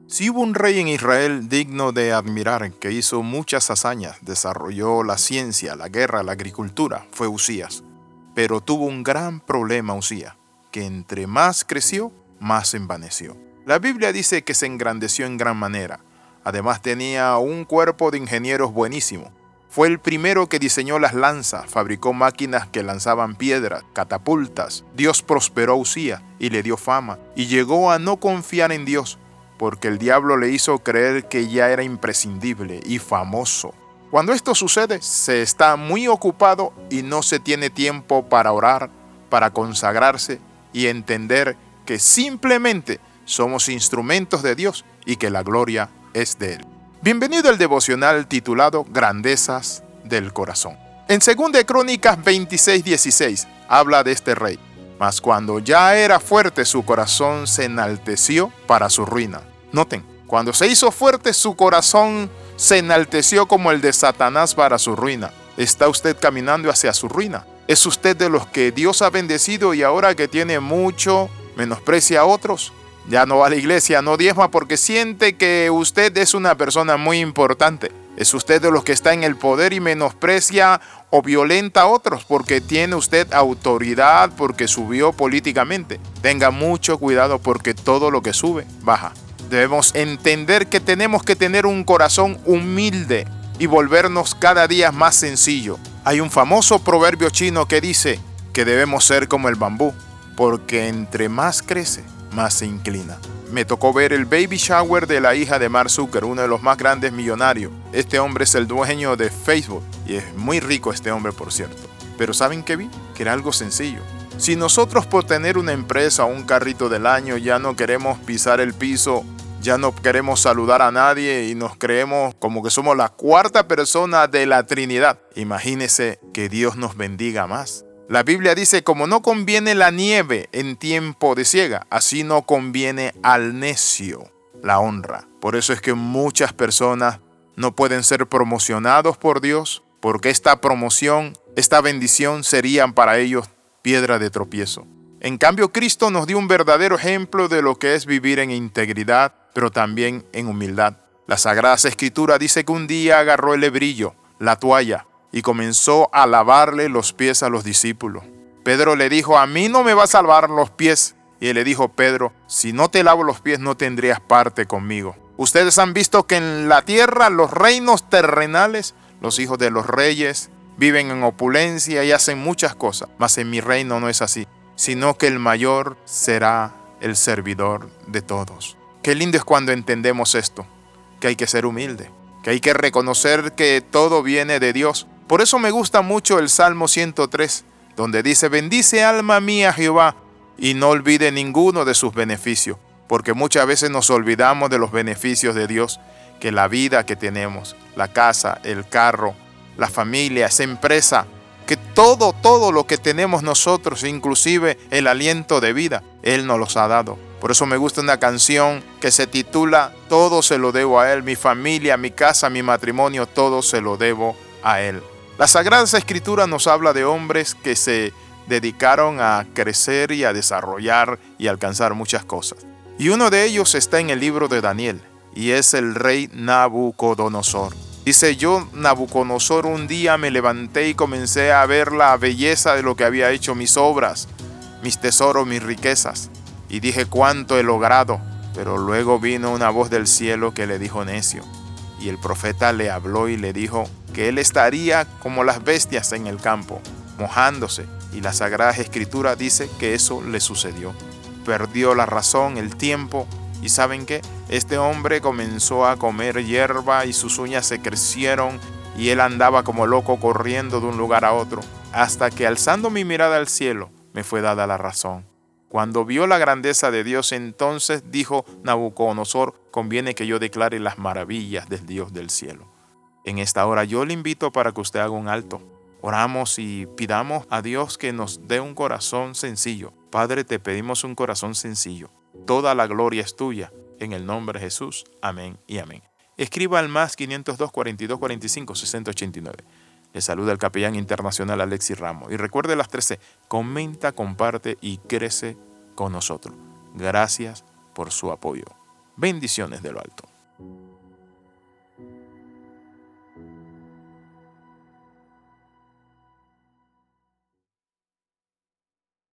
Si hubo un rey en Israel digno de admirar, que hizo muchas hazañas, desarrolló la ciencia, la guerra, la agricultura, fue Usías. Pero tuvo un gran problema Usías, que entre más creció, más se envaneció. La Biblia dice que se engrandeció en gran manera. Además tenía un cuerpo de ingenieros buenísimo. Fue el primero que diseñó las lanzas, fabricó máquinas que lanzaban piedras, catapultas. Dios prosperó a Usías y le dio fama, y llegó a no confiar en Dios, porque el diablo le hizo creer que ya era imprescindible y famoso. Cuando esto sucede, se está muy ocupado y no se tiene tiempo para orar, para consagrarse y entender que simplemente somos instrumentos de Dios y que la gloria es de Él. Bienvenido al devocional titulado Grandezas del Corazón. En 2 Crónicas 26:16 habla de este rey. Mas cuando ya era fuerte, su corazón se enalteció para su ruina. Noten, cuando se hizo fuerte, su corazón se enalteció como el de Satanás para su ruina. ¿Está usted caminando hacia su ruina? ¿Es usted de los que Dios ha bendecido y ahora que tiene mucho, menosprecia a otros? Ya no va a la iglesia, no diezma porque siente que usted es una persona muy importante. ¿Es usted de los que está en el poder y menosprecia o violenta a otros porque tiene usted autoridad, porque subió políticamente? Tenga mucho cuidado porque todo lo que sube, baja. Debemos entender que tenemos que tener un corazón humilde y volvernos cada día más sencillo. Hay un famoso proverbio chino que dice que debemos ser como el bambú, porque entre más crece, más se inclina. Me tocó ver el baby shower de la hija de Mark Zuckerberg, uno de los más grandes millonarios. Este hombre es el dueño de Facebook y es muy rico este hombre, por cierto. Pero ¿saben qué vi? Que era algo sencillo. Si nosotros por tener una empresa o un carrito del año ya no queremos pisar el piso, ya no queremos saludar a nadie y nos creemos como que somos la cuarta persona de la Trinidad, imagínese que Dios nos bendiga más. La Biblia dice, como no conviene la nieve en tiempo de siega, así no conviene al necio la honra. Por eso es que muchas personas no pueden ser promocionados por Dios, porque esta promoción, esta bendición serían para ellos piedra de tropiezo. En cambio, Cristo nos dio un verdadero ejemplo de lo que es vivir en integridad, pero también en humildad. La Sagrada Escritura dice que un día agarró el hebrillo, la toalla, y comenzó a lavarle los pies a los discípulos. Pedro le dijo, a mí no me vas a lavar los pies. Y él le dijo, Pedro, si no te lavo los pies no tendrías parte conmigo. Ustedes han visto que en la tierra los reinos terrenales, los hijos de los reyes, viven en opulencia y hacen muchas cosas. Mas en mi reino no es así, sino que el mayor será el servidor de todos. Qué lindo es cuando entendemos esto, que hay que ser humilde, que hay que reconocer que todo viene de Dios. Por eso me gusta mucho el Salmo 103, donde dice, bendice alma mía Jehová, y no olvide ninguno de sus beneficios, porque muchas veces nos olvidamos de los beneficios de Dios, que la vida que tenemos, la casa, el carro, la familia, esa empresa, que todo lo que tenemos nosotros, inclusive el aliento de vida, Él nos los ha dado. Por eso me gusta una canción que se titula Todo se lo debo a Él, mi familia, mi casa, mi matrimonio, todo se lo debo a Él. La Sagrada Escritura nos habla de hombres que se dedicaron a crecer y a desarrollar y alcanzar muchas cosas. Y uno de ellos está en el libro de Daniel, y es el rey Nabucodonosor. Dice, yo, Nabucodonosor, un día me levanté y comencé a ver la belleza de lo que había hecho, mis obras, mis tesoros, mis riquezas. Y dije, cuánto he logrado. Pero luego vino una voz del cielo que le dijo, necio. Y el profeta le habló y le dijo que él estaría como las bestias en el campo, mojándose. Y la Sagrada Escritura dice que eso le sucedió. Perdió la razón, el tiempo. ¿Y saben qué? Este hombre comenzó a comer hierba y sus uñas se crecieron y él andaba como loco corriendo de un lugar a otro, hasta que alzando mi mirada al cielo me fue dada la razón. Cuando vio la grandeza de Dios, entonces dijo Nabucodonosor, conviene que yo declare las maravillas del Dios del cielo. En esta hora yo le invito para que usted haga un alto. Oramos y pidamos a Dios que nos dé un corazón sencillo. Padre, te pedimos un corazón sencillo. Toda la gloria es tuya, en el nombre de Jesús. Amén y amén. Escriba al más 502 42 45 60 89. Le saluda el capellán internacional Alexis Ramos. Y recuerde las 13, comenta, comparte y crece con nosotros. Gracias por su apoyo. Bendiciones de lo alto.